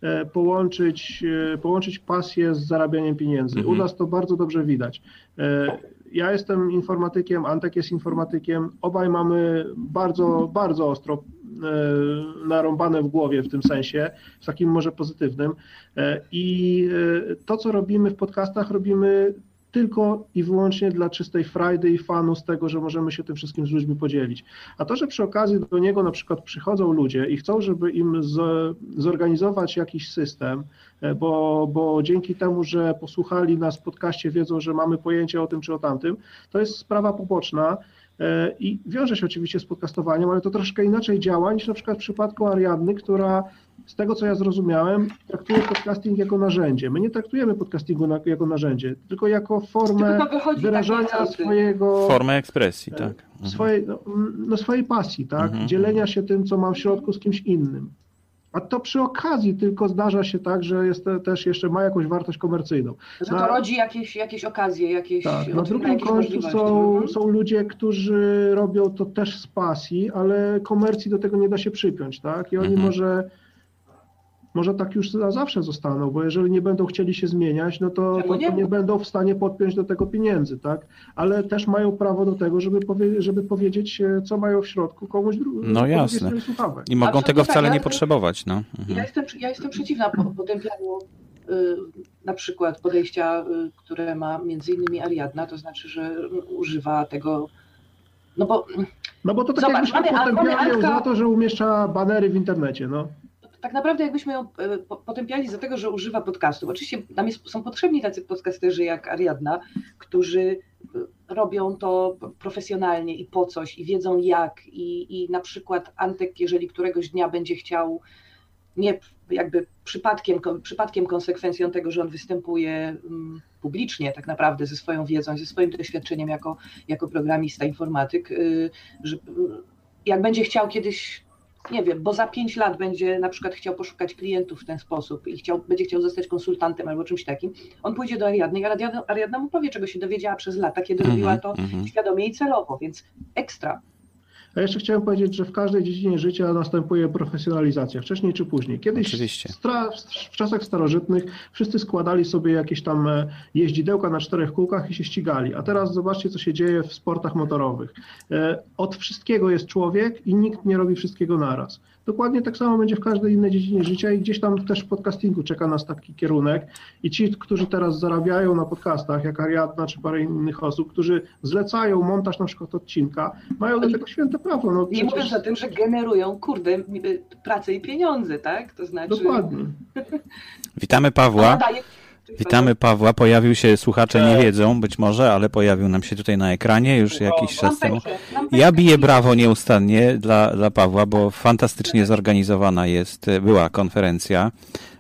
połączyć pasję z zarabianiem pieniędzy. U nas to bardzo dobrze widać. Ja jestem informatykiem, Antek jest informatykiem, obaj mamy bardzo, bardzo ostro narąbane w głowie w tym sensie, w takim może pozytywnym. I to, co robimy w podcastach, robimy tylko i wyłącznie dla czystej frajdy i fanu z tego, że możemy się tym wszystkim z ludźmi podzielić. A to, że przy okazji do niego na przykład przychodzą ludzie i chcą, żeby im zorganizować jakiś system, bo dzięki temu, że posłuchali nas w podcaście, wiedzą, że mamy pojęcie o tym czy o tamtym, to jest sprawa poboczna i wiąże się oczywiście z podcastowaniem, ale to troszkę inaczej działa niż na przykład w przypadku Ariadny, która z tego, co ja zrozumiałem, traktuje podcasting jako narzędzie. My nie traktujemy podcastingu jako narzędzie, tylko jako formę wyrażania swojego... Formę ekspresji, tak. Swojej pasji, tak? Dzielenia się tym, co mam w środku z kimś innym. A to przy okazji tylko zdarza się tak, że też jeszcze ma jakąś wartość komercyjną. Że to rodzi jakieś okazje, jakieś... Tak, na drugim końcu są ludzie, którzy robią to też z pasji, ale komercji do tego nie da się przypiąć, tak? I oni może tak już na zawsze zostaną, bo jeżeli nie będą chcieli się zmieniać, no to nie będą w stanie podpiąć do tego pieniędzy, tak? Ale też mają prawo do tego, żeby powiedzieć, co mają w środku komuś drugiemu. No jasne. I mogą tego wcale nie potrzebować. No. Ja jestem przeciwna potępianiu na przykład podejścia, które ma między innymi Ariadna, to znaczy, że używa tego... No bo to tak jakbyśmy potępiali ją za to, że umieszcza banery w internecie, no. Tak naprawdę jakbyśmy ją potępiali za tego, że używa podcastów. Oczywiście tam są potrzebni tacy podcasterzy jak Ariadna, którzy robią to profesjonalnie i po coś i wiedzą jak i na przykład Antek, jeżeli któregoś dnia będzie chciał, nie jakby przypadkiem konsekwencją tego, że on występuje publicznie tak naprawdę ze swoją wiedzą, ze swoim doświadczeniem jako programista, informatyk, że jak będzie chciał kiedyś, nie wiem, bo za 5 lat będzie na przykład chciał poszukać klientów w ten sposób i będzie chciał zostać konsultantem albo czymś takim, on pójdzie do Ariadny i Ariadna mu powie, czego się dowiedziała przez lata, kiedy robiła to świadomie i celowo, więc ekstra. A jeszcze chciałem powiedzieć, że w każdej dziedzinie życia następuje profesjonalizacja, wcześniej czy później. Kiedyś w czasach starożytnych wszyscy składali sobie jakieś tam jeździdełka na 4 kółkach i się ścigali, a teraz zobaczcie, co się dzieje w sportach motorowych. Od wszystkiego jest człowiek i nikt nie robi wszystkiego naraz. Dokładnie tak samo będzie w każdej innej dziedzinie życia i gdzieś tam też w podcastingu czeka nas taki kierunek i ci, którzy teraz zarabiają na podcastach, jak Ariadna czy parę innych osób, którzy zlecają montaż na przykład odcinka, mają do tego święte prawo. No, nie mówiąc o tym, że generują, pracę i pieniądze, tak? To znaczy... Dokładnie. Witamy Pawła. Witamy Pawła. Pojawił się, słuchacze nie wiedzą być może, ale pojawił nam się tutaj na ekranie już jakiś czas temu. Ja biję brawo nieustannie dla Pawła, bo fantastycznie zorganizowana była konferencja.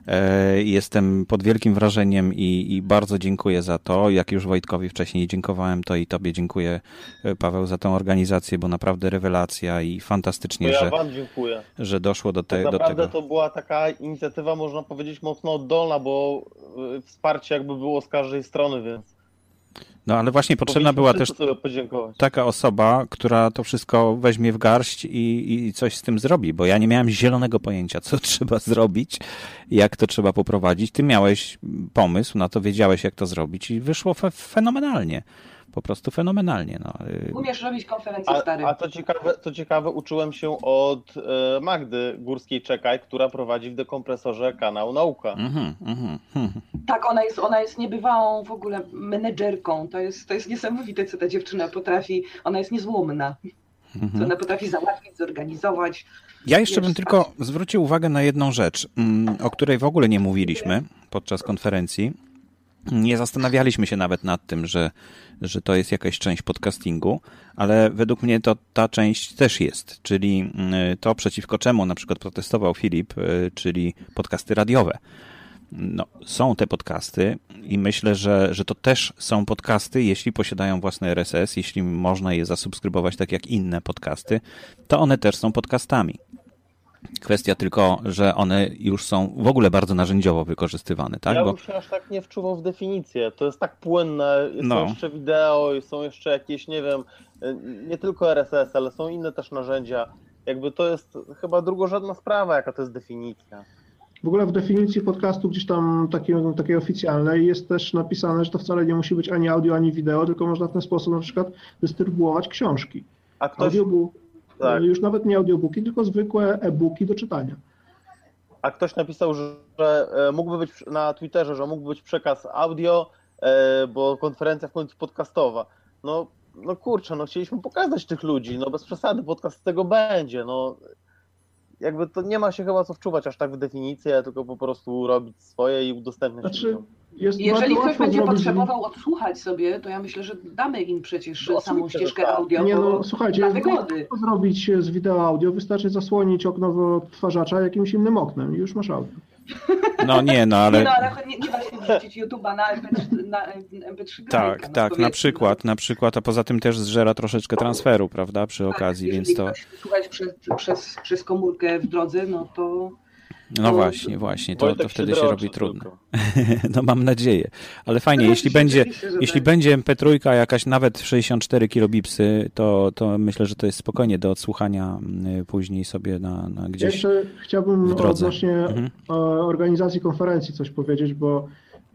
Jestem pod wielkim wrażeniem i bardzo dziękuję za to. Jak już Wojtkowi wcześniej dziękowałem, to i tobie dziękuję, Paweł, za tę organizację, bo naprawdę rewelacja i fantastycznie, wam dziękuję. Że doszło do tego. Naprawdę to była taka inicjatywa, można powiedzieć, mocno oddolna, bo wsparcie jakby było z każdej strony, więc No ale właśnie potrzebna była też sobie podziękować. taka osoba, która to wszystko weźmie w garść i coś z tym zrobi, bo ja nie miałem zielonego pojęcia, co trzeba zrobić, jak to trzeba poprowadzić. Ty miałeś pomysł na to, wiedziałeś, jak to zrobić i wyszło fenomenalnie. Po prostu fenomenalnie. No. Umiesz robić konferencje, stary. A to ciekawe, uczyłem się od Magdy Górskiej-Czekaj, która prowadzi w Dekompresorze kanał Nauka. Tak, ona jest niebywałą w ogóle menedżerką. To jest niesamowite, co ta dziewczyna potrafi. Ona jest niezłomna. Co ona potrafi załatwić, zorganizować. Ja jeszcze bym tylko zwrócił uwagę na jedną rzecz, o której w ogóle nie mówiliśmy podczas konferencji. Nie zastanawialiśmy się nawet nad tym, że to jest jakaś część podcastingu, ale według mnie to ta część też jest, czyli to, przeciwko czemu na przykład protestował Filip, czyli podcasty radiowe. No, są te podcasty i myślę, że to też są podcasty, jeśli posiadają własny RSS, jeśli można je zasubskrybować tak jak inne podcasty, to one też są podcastami. Kwestia tylko, że one już są w ogóle bardzo narzędziowo wykorzystywane, tak? Ja bym się aż tak nie wczuwał w definicję. To jest tak płynne, są jeszcze wideo, są jeszcze jakieś, nie wiem, nie tylko RSS, ale są inne też narzędzia. Jakby to jest chyba drugorzędna sprawa, jaka to jest definicja. W ogóle w definicji podcastu gdzieś tam takiej oficjalnej jest też napisane, że to wcale nie musi być ani audio, ani wideo, tylko można w ten sposób na przykład dystrybuować książki. A ktoś... Tak. Już nawet nie audiobooki, tylko zwykłe e-booki do czytania. A ktoś napisał, że mógłby być na Twitterze, że mógłby być przekaz audio, bo konferencja w końcu podcastowa. No kurczę, chcieliśmy pokazać tych ludzi, bez przesady, podcast z tego będzie, jakby to nie ma się chyba co wczuwać aż tak w definicję, tylko po prostu robić swoje i udostępniać ludziom. Jeżeli ktoś będzie potrzebował odsłuchać sobie, to ja myślę, że damy im przecież samą ścieżkę audio. Słuchajcie, to zrobić z wideo audio, wystarczy zasłonić okno odtwarzacza jakimś innym oknem i już masz audio. Ale... Nie da się wrzucić YouTube'a na MP3. Tak, na przykład, a poza tym też zżera troszeczkę transferu, prawda, przy okazji, więc to... Słuchać przez komórkę w drodze, to... No właśnie, to wtedy się robi trudno. No mam nadzieję, ale fajnie, jeśli będzie MP3 jakaś nawet 64 kilobipsy, to myślę, że to jest spokojnie do odsłuchania później sobie na gdzieś jeszcze chciałbym odnośnie organizacji konferencji coś powiedzieć, bo...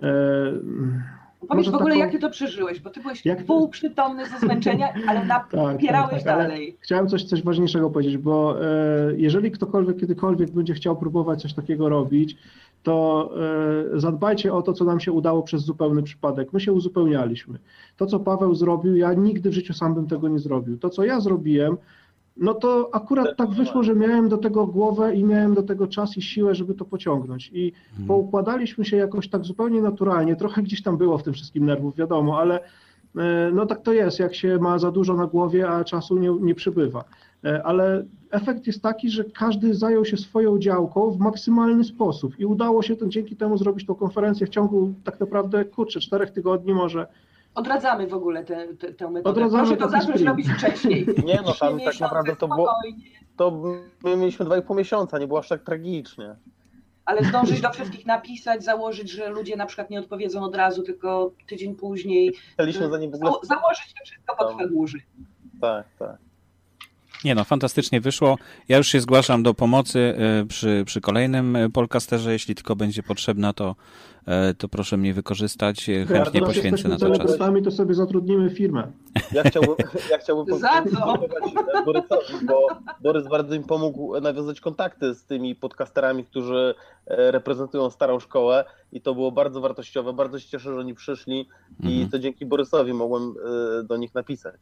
Powiedz w ogóle, jak ty to przeżyłeś, bo ty byłeś półprzytomny ze zmęczenia, ale napierałeś dalej. Chciałem coś ważniejszego powiedzieć, bo jeżeli ktokolwiek kiedykolwiek będzie chciał próbować coś takiego robić, to zadbajcie o to, co nam się udało przez zupełny przypadek. My się uzupełnialiśmy. To, co Paweł zrobił, ja nigdy w życiu sam bym tego nie zrobił. To, co ja zrobiłem, to akurat tak wyszło, że miałem do tego głowę i miałem do tego czas i siłę, żeby to pociągnąć. I poukładaliśmy się jakoś tak zupełnie naturalnie. Trochę gdzieś tam było w tym wszystkim nerwów, wiadomo, ale tak to jest, jak się ma za dużo na głowie, a czasu nie przybywa. Ale efekt jest taki, że każdy zajął się swoją działką w maksymalny sposób i udało się dzięki temu zrobić tą konferencję w ciągu tak naprawdę 4 tygodni może. Odradzamy w ogóle tę metodę. Proszę to zacząć robić wcześniej. Nie tam tak naprawdę to było, my mieliśmy 2,5 miesiąca, nie było aż tak tragicznie. Ale zdążyć do wszystkich napisać, założyć, że ludzie na przykład nie odpowiedzą od razu, tylko tydzień później. Chcieliśmy za nim w ogóle... Założyć to wszystko pod przedłuży. Tak. Nie fantastycznie wyszło. Ja już się zgłaszam do pomocy przy kolejnym podcasterze. Jeśli tylko będzie potrzebna, to proszę mnie wykorzystać. Chętnie poświęcę na to czas. To sobie zatrudnimy firmę. Ja chciałbym podziękować Borysowi, bo Borys bardzo im pomógł nawiązać kontakty z tymi podcasterami, którzy reprezentują starą szkołę i to było bardzo wartościowe. Bardzo się cieszę, że oni przyszli i to dzięki Borysowi mogłem do nich napisać.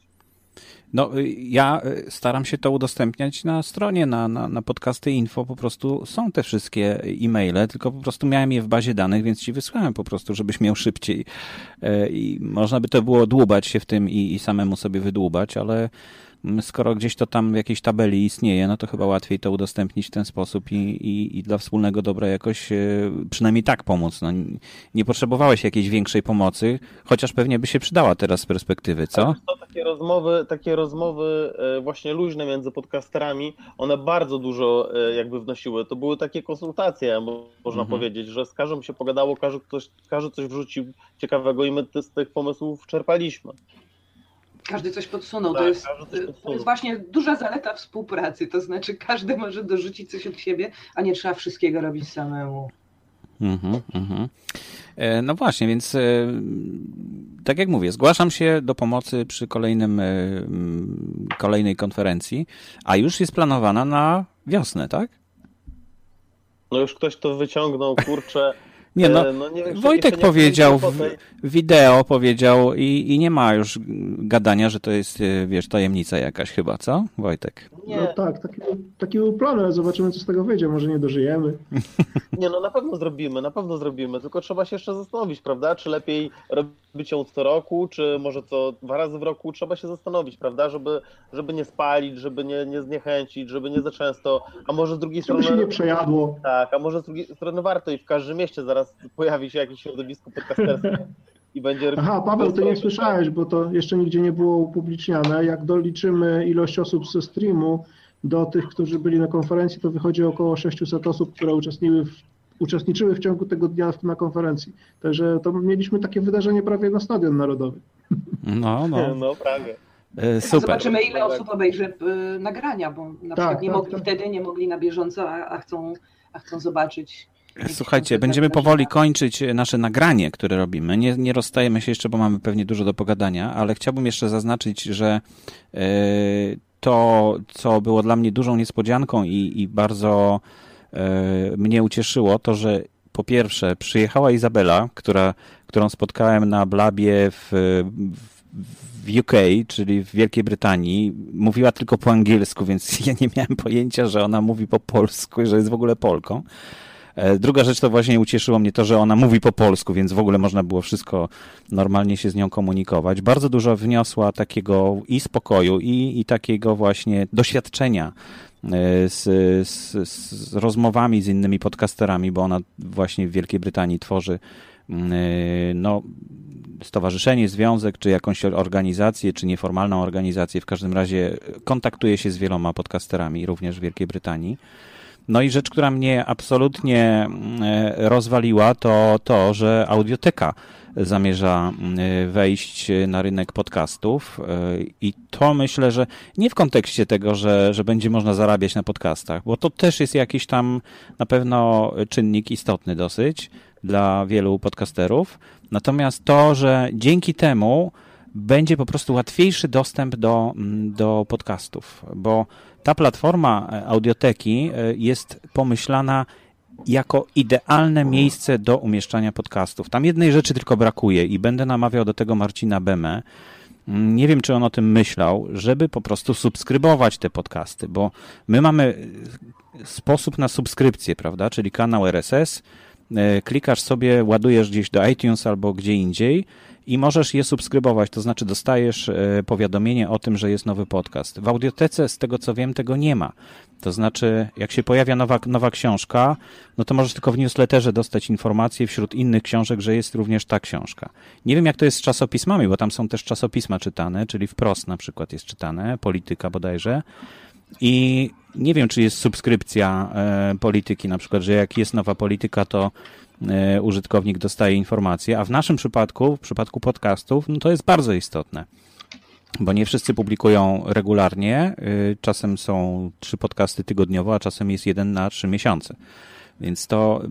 Ja staram się to udostępniać na stronie, na podcasty info, po prostu są te wszystkie e-maile, tylko po prostu miałem je w bazie danych, więc ci wysłałem po prostu, żebyś miał szybciej i można by to było dłubać się w tym i samemu sobie wydłubać, ale skoro gdzieś to tam w jakiejś tabeli istnieje, no to chyba łatwiej to udostępnić w ten sposób i dla wspólnego dobra jakoś przynajmniej tak pomóc. No, nie potrzebowałeś jakiejś większej pomocy, chociaż pewnie by się przydała teraz z perspektywy, co? To takie rozmowy właśnie luźne między podcasterami, one bardzo dużo jakby wnosiły. To były takie konsultacje, można powiedzieć, że z każdym się pogadało, każdy coś wrzucił ciekawego i my z tych pomysłów czerpaliśmy. Każdy coś podsunął. Tak, to jest właśnie duża zaleta współpracy, to znaczy każdy może dorzucić coś od siebie, a nie trzeba wszystkiego robić samemu. No właśnie, więc tak jak mówię, zgłaszam się do pomocy przy kolejnej konferencji, a już jest planowana na wiosnę, tak? No już ktoś to wyciągnął, kurczę. Nie, nie wiem, Wojtek powiedział, wideo powiedział i nie ma już gadania, że to jest, wiesz, tajemnica jakaś chyba, co, Wojtek? Nie. No tak, taki był plan, ale zobaczymy, co z tego wyjdzie, może nie dożyjemy. Nie, no na pewno zrobimy, tylko trzeba się jeszcze zastanowić, prawda, czy lepiej robić ją co roku, czy może co 2 razy w roku, trzeba się zastanowić, prawda, żeby nie spalić, żeby nie zniechęcić, żeby nie za często, a może z drugiej strony... Żeby się nie przejadło. Tak, a może z drugiej strony warto i w każdym mieście zaraz pojawi się jakieś środowisko podcasterskie i będzie... Aha, Paweł, ty nie słyszałeś, bo to jeszcze nigdzie nie było upubliczniane. Jak doliczymy ilość osób ze streamu do tych, którzy byli na konferencji, to wychodzi około 600 osób, które uczestniczyły w ciągu tego dnia na konferencji. Także to mieliśmy takie wydarzenie prawie na Stadion Narodowy. No prawie. Super. Zobaczymy, ile osób obejrzy nagrania, bo na przykład nie mogli wtedy, nie mogli na bieżąco, a chcą zobaczyć. Słuchajcie, będziemy powoli kończyć nasze nagranie, które robimy. Nie rozstajemy się jeszcze, bo mamy pewnie dużo do pogadania, ale chciałbym jeszcze zaznaczyć, że to, co było dla mnie dużą niespodzianką i bardzo mnie ucieszyło, to, po pierwsze przyjechała Izabela, którą spotkałem na Blabie w UK, czyli w Wielkiej Brytanii. Mówiła tylko po angielsku, więc ja nie miałem pojęcia, że ona mówi po polsku i że jest w ogóle Polką. Druga rzecz to właśnie ucieszyło mnie to, że ona mówi po polsku, więc w ogóle można było wszystko normalnie się z nią komunikować. Bardzo dużo wniosła takiego i spokoju, i takiego właśnie doświadczenia z rozmowami z innymi podcasterami, bo ona właśnie w Wielkiej Brytanii tworzy stowarzyszenie, związek, czy jakąś organizację, czy nieformalną organizację. W każdym razie kontaktuje się z wieloma podcasterami, również w Wielkiej Brytanii. No i rzecz, która mnie absolutnie rozwaliła, to, że Audioteka zamierza wejść na rynek podcastów i to myślę, że nie w kontekście tego, że będzie można zarabiać na podcastach, bo to też jest jakiś tam na pewno czynnik istotny dosyć dla wielu podcasterów, natomiast to, że dzięki temu będzie po prostu łatwiejszy dostęp do podcastów, bo ta platforma Audioteki jest pomyślana jako idealne miejsce do umieszczania podcastów. Tam jednej rzeczy tylko brakuje i będę namawiał do tego Marcina Bemę. Nie wiem, czy on o tym myślał, żeby po prostu subskrybować te podcasty, bo my mamy sposób na subskrypcję, prawda, czyli kanał RSS, klikasz sobie, ładujesz gdzieś do iTunes albo gdzie indziej i możesz je subskrybować, to znaczy dostajesz powiadomienie o tym, że jest nowy podcast. W Audiotece, z tego co wiem, tego nie ma. To znaczy, jak się pojawia nowa książka, no to możesz tylko w newsletterze dostać informację wśród innych książek, że jest również ta książka. Nie wiem, jak to jest z czasopismami, bo tam są też czasopisma czytane, czyli Wprost na przykład jest czytane, Polityka bodajże. I nie wiem, czy jest subskrypcja Polityki, na przykład, że jak jest nowa Polityka, to użytkownik dostaje informacje, a w naszym przypadku, w przypadku podcastów, no to jest bardzo istotne, bo nie wszyscy publikują regularnie, czasem są 3 podcasty tygodniowo, a czasem jest 1 na 3 miesiące. Więc to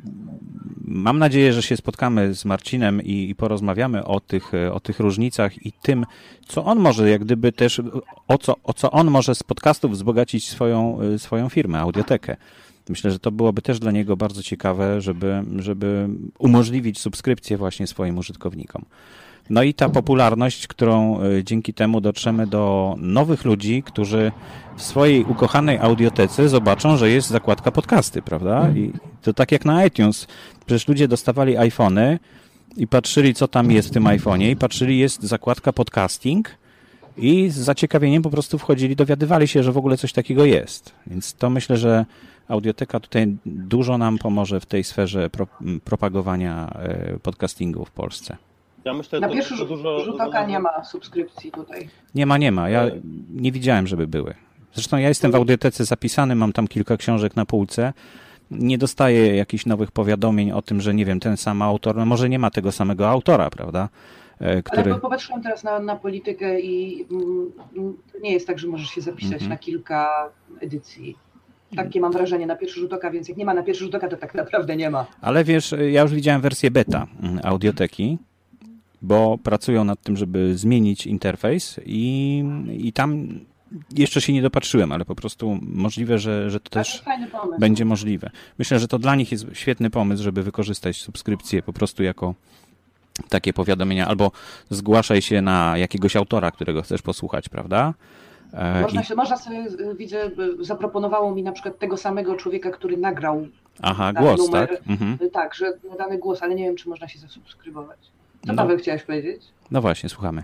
mam nadzieję, że się spotkamy z Marcinem i porozmawiamy o tych różnicach i tym, co on może, jak gdyby też, o co on może z podcastów wzbogacić swoją firmę, Audiotekę. Myślę, że to byłoby też dla niego bardzo ciekawe, żeby umożliwić subskrypcję właśnie swoim użytkownikom. No i ta popularność, którą dzięki temu dotrzemy do nowych ludzi, którzy w swojej ukochanej audiotece zobaczą, że jest zakładka podcasty, prawda? I to tak jak na iTunes. Przecież ludzie dostawali iPhony i patrzyli, co tam jest w tym iPhonie i patrzyli, jest zakładka podcasting i z zaciekawieniem po prostu wchodzili, dowiadywali się, że w ogóle coś takiego jest. Więc to myślę, że Audioteka tutaj dużo nam pomoże w tej sferze propagowania podcastingu w Polsce. Ja myślę, Na to pierwszy rzut oka nie ma subskrypcji tutaj. Nie ma. Ja nie widziałem, żeby były. Zresztą ja jestem w Audiotece zapisany, mam tam kilka książek na półce. Nie dostaję jakichś nowych powiadomień o tym, że nie wiem, ten sam autor, no może nie ma tego samego autora, prawda? Który... Ale popatrzyłam teraz na politykę i to nie jest tak, że możesz się zapisać na kilka edycji. Takie mam wrażenie na pierwszy rzut oka, więc jak nie ma na pierwszy rzut oka, to tak naprawdę nie ma. Ale wiesz, ja już widziałem wersję beta Audioteki, bo pracują nad tym, żeby zmienić interfejs i tam jeszcze się nie dopatrzyłem, ale po prostu możliwe, że to też będzie możliwe. Myślę, że to dla nich jest świetny pomysł, żeby wykorzystać subskrypcję po prostu jako takie powiadomienia, albo zgłaszaj się na jakiegoś autora, którego chcesz posłuchać, prawda? Można sobie, widzę, zaproponowało mi na przykład tego samego człowieka, który nagrał głos, numer, tak? Tak, że dany głos, ale nie wiem, czy można się zasubskrybować. Co Paweł chciałeś powiedzieć? No właśnie, słuchamy.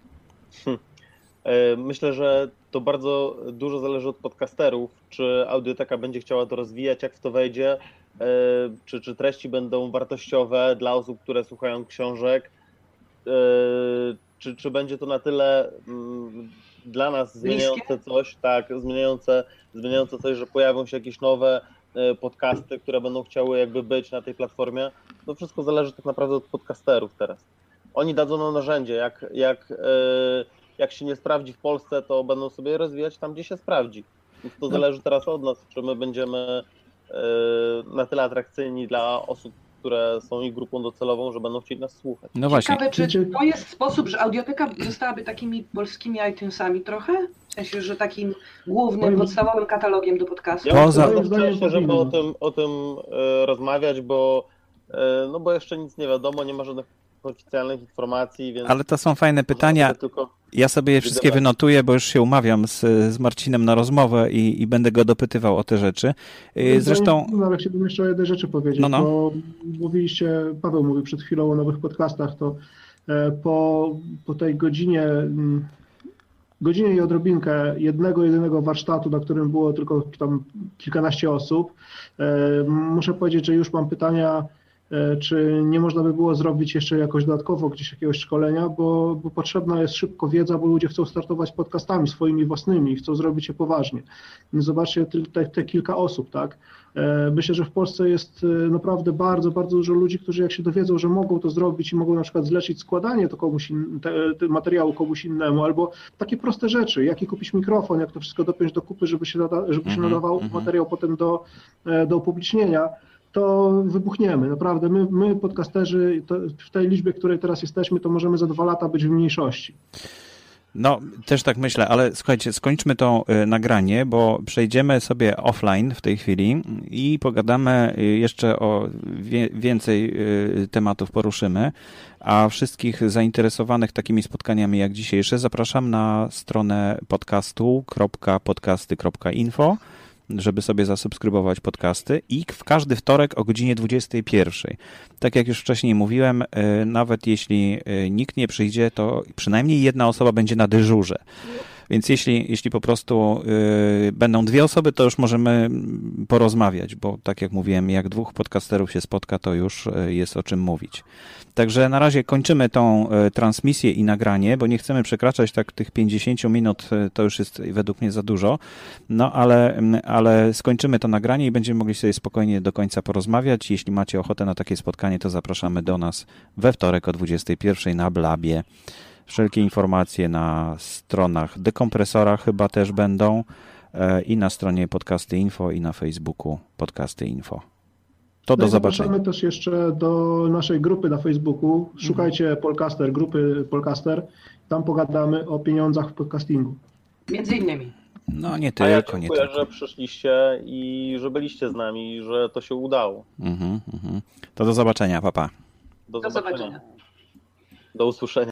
Myślę, że to bardzo dużo zależy od podcasterów, czy Audioteka będzie chciała to rozwijać, jak w to wejdzie, czy treści będą wartościowe dla osób, które słuchają książek, czy będzie to na tyle dla nas zmieniające coś, tak, zmieniające coś, że pojawią się jakieś nowe podcasty, które będą chciały jakby być na tej platformie. To wszystko zależy tak naprawdę od podcasterów teraz. Oni dadzą nam narzędzie, jak się nie sprawdzi w Polsce, to będą sobie rozwijać tam, gdzie się sprawdzi. Więc to zależy teraz od nas, czy my będziemy na tyle atrakcyjni dla osób, które są ich grupą docelową, że będą chcieli nas słuchać. No właśnie. Ciekawe, czy to jest sposób, że Audioteka zostałaby takimi polskimi iTunesami trochę? W sensie, że takim głównym, podstawowym katalogiem do podcastu? Ja myślę, żeby o tym rozmawiać, bo jeszcze nic nie wiadomo, nie ma żadnych oficjalnych informacji, więc... Ale to są fajne pytania. Ja sobie je wszystkie wynotuję, bo już się umawiam z Marcinem na rozmowę i będę go dopytywał o te rzeczy. Zresztą... Ale chciałbym jeszcze o jednej rzeczy powiedzieć, bo Paweł mówił przed chwilą o nowych podcastach, to po tej godzinie i odrobinkę jedynego warsztatu, na którym było tylko tam kilkanaście osób, muszę powiedzieć, że już mam pytania, czy nie można by było zrobić jeszcze jakoś dodatkowo gdzieś jakiegoś szkolenia, bo potrzebna jest szybko wiedza, bo ludzie chcą startować podcastami swoimi własnymi i chcą zrobić je poważnie. Zobaczcie te kilka osób, tak? Myślę, że w Polsce jest naprawdę bardzo, bardzo dużo ludzi, którzy jak się dowiedzą, że mogą to zrobić i mogą na przykład zlecić składanie to materiału komuś innemu, albo takie proste rzeczy, jaki kupić mikrofon, jak to wszystko dopiąć do kupy, żeby się nadawał materiał potem do upublicznienia, to wybuchniemy. Naprawdę, my podcasterzy w tej liczbie, której teraz jesteśmy, to możemy za 2 lata być w mniejszości. No, też tak myślę, ale słuchajcie, skończmy to nagranie, bo przejdziemy sobie offline w tej chwili i pogadamy jeszcze o więcej tematów poruszymy, a wszystkich zainteresowanych takimi spotkaniami jak dzisiejsze zapraszam na stronę podcastu.podcasty.info, żeby sobie zasubskrybować podcasty i w każdy wtorek o godzinie 21. Tak jak już wcześniej mówiłem, nawet jeśli nikt nie przyjdzie, to przynajmniej jedna osoba będzie na dyżurze. Więc jeśli po prostu będą 2 osoby, to już możemy porozmawiać, bo tak jak mówiłem, jak 2 podcasterów się spotka, to już jest o czym mówić. Także na razie kończymy tą transmisję i nagranie, bo nie chcemy przekraczać tak tych 50 minut, to już jest według mnie za dużo, no ale skończymy to nagranie i będziemy mogli sobie spokojnie do końca porozmawiać. Jeśli macie ochotę na takie spotkanie, to zapraszamy do nas we wtorek o 21 na Blabie. Wszelkie informacje na stronach Dekompresora chyba też będą i na stronie Podcasty Info i na Facebooku Podcasty Info. To do zobaczenia. Zapraszamy też jeszcze do naszej grupy na Facebooku. Szukajcie Polcaster, grupy Polcaster. Tam pogadamy o pieniądzach w podcastingu. Między innymi. No nie tylko, nie tylko. Dziękuję, że przyszliście i że byliście z nami i że to się udało. To do zobaczenia, pa. Do zobaczenia. Do usłyszenia.